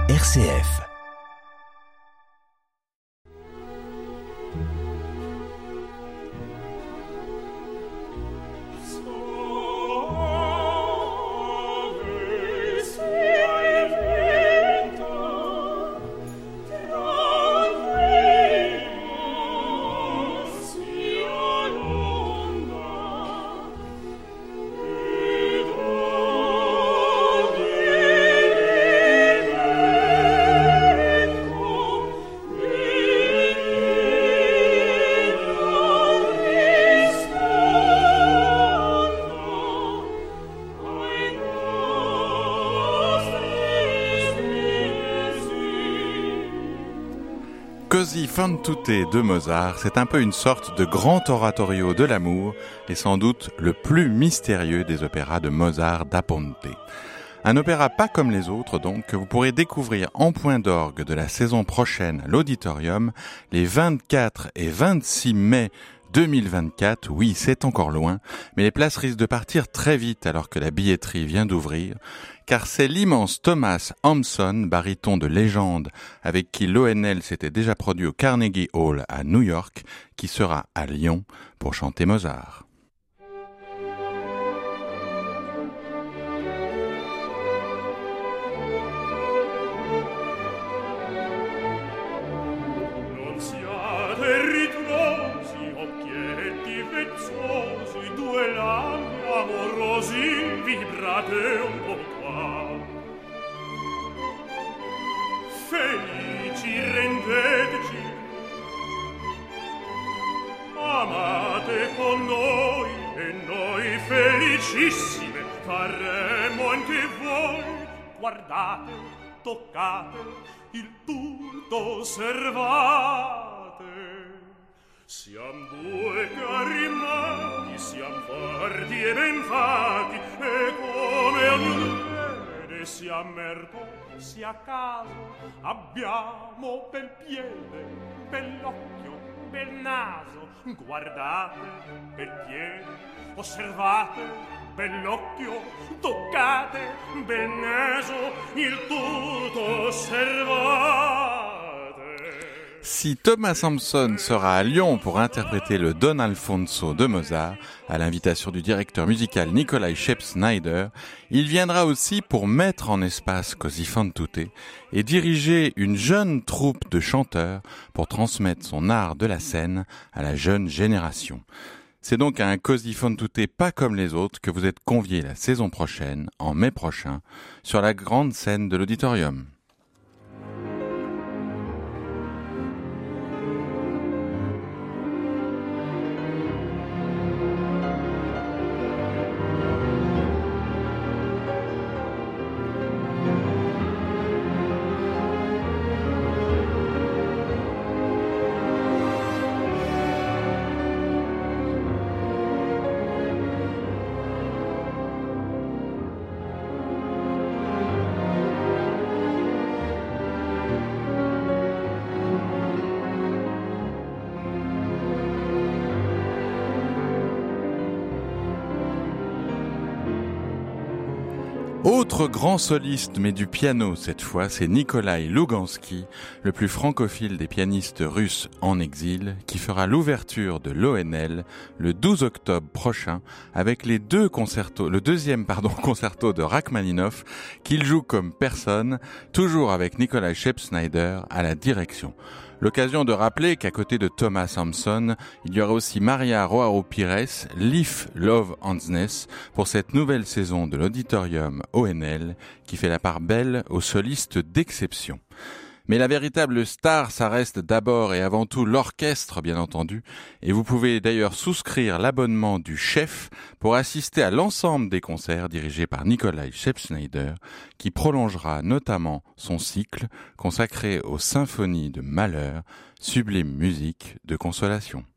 RCF. Così fan tutte de Mozart, c'est un peu une sorte de grand oratorio de l'amour et sans doute le plus mystérieux des opéras de Mozart da Ponte. Un opéra pas comme les autres donc, que vous pourrez découvrir en point d'orgue de la saison prochaine à l'Auditorium les 24 et 26 mai 2024, oui, c'est encore loin, mais les places risquent de partir très vite alors que la billetterie vient d'ouvrir, car c'est l'immense Thomas Hampson, baryton de légende, avec qui l'ONL s'était déjà produit au Carnegie Hall à New York, qui sera à Lyon pour chanter Mozart. Vibrate un po' qua, felici rendeteci, amate con noi e noi felicissime faremo anche voi. Guardate, toccate, il tutto osservate. Siam due cari matti, siam forti e ben fatti, e come ognuno vede, sia merto, sia a caso, abbiamo bel piede, bell'occhio, bel naso. Guardate, bel piede, osservate, bell'occhio, toccate, bel naso, il tutto osservate. Si Thomas Hampson sera à Lyon pour interpréter le Don Alfonso de Mozart, à l'invitation du directeur musical Nikolai Scheps-Snyder, il viendra aussi pour mettre en espace Così fan tutte et diriger une jeune troupe de chanteurs pour transmettre son art de la scène à la jeune génération. C'est donc à un Così fan tutte pas comme les autres que vous êtes conviés la saison prochaine, en mai prochain, sur la grande scène de l'Auditorium. Autre grand soliste, mais du piano cette fois, c'est Nikolai Lougansky, le plus francophile des pianistes russes en exil, qui fera l'ouverture de l'ONL le 12 octobre prochain avec le deuxième concerto de Rachmaninoff qu'il joue comme personne, toujours avec Nikolai Scheps-Snyder à la direction. L'occasion de rappeler qu'à côté de Thomas Hampson, il y aura aussi Maria Roaro-Pires, Leaf Love Hansness pour cette nouvelle saison de l'Auditorium ONL qui fait la part belle aux solistes d'exception. Mais la véritable star, ça reste d'abord et avant tout l'orchestre, bien entendu, et vous pouvez d'ailleurs souscrire l'abonnement du chef pour assister à l'ensemble des concerts dirigés par Nikolai Scheps-Snyder, qui prolongera notamment son cycle consacré aux symphonies de Mahler, sublime musique de consolation.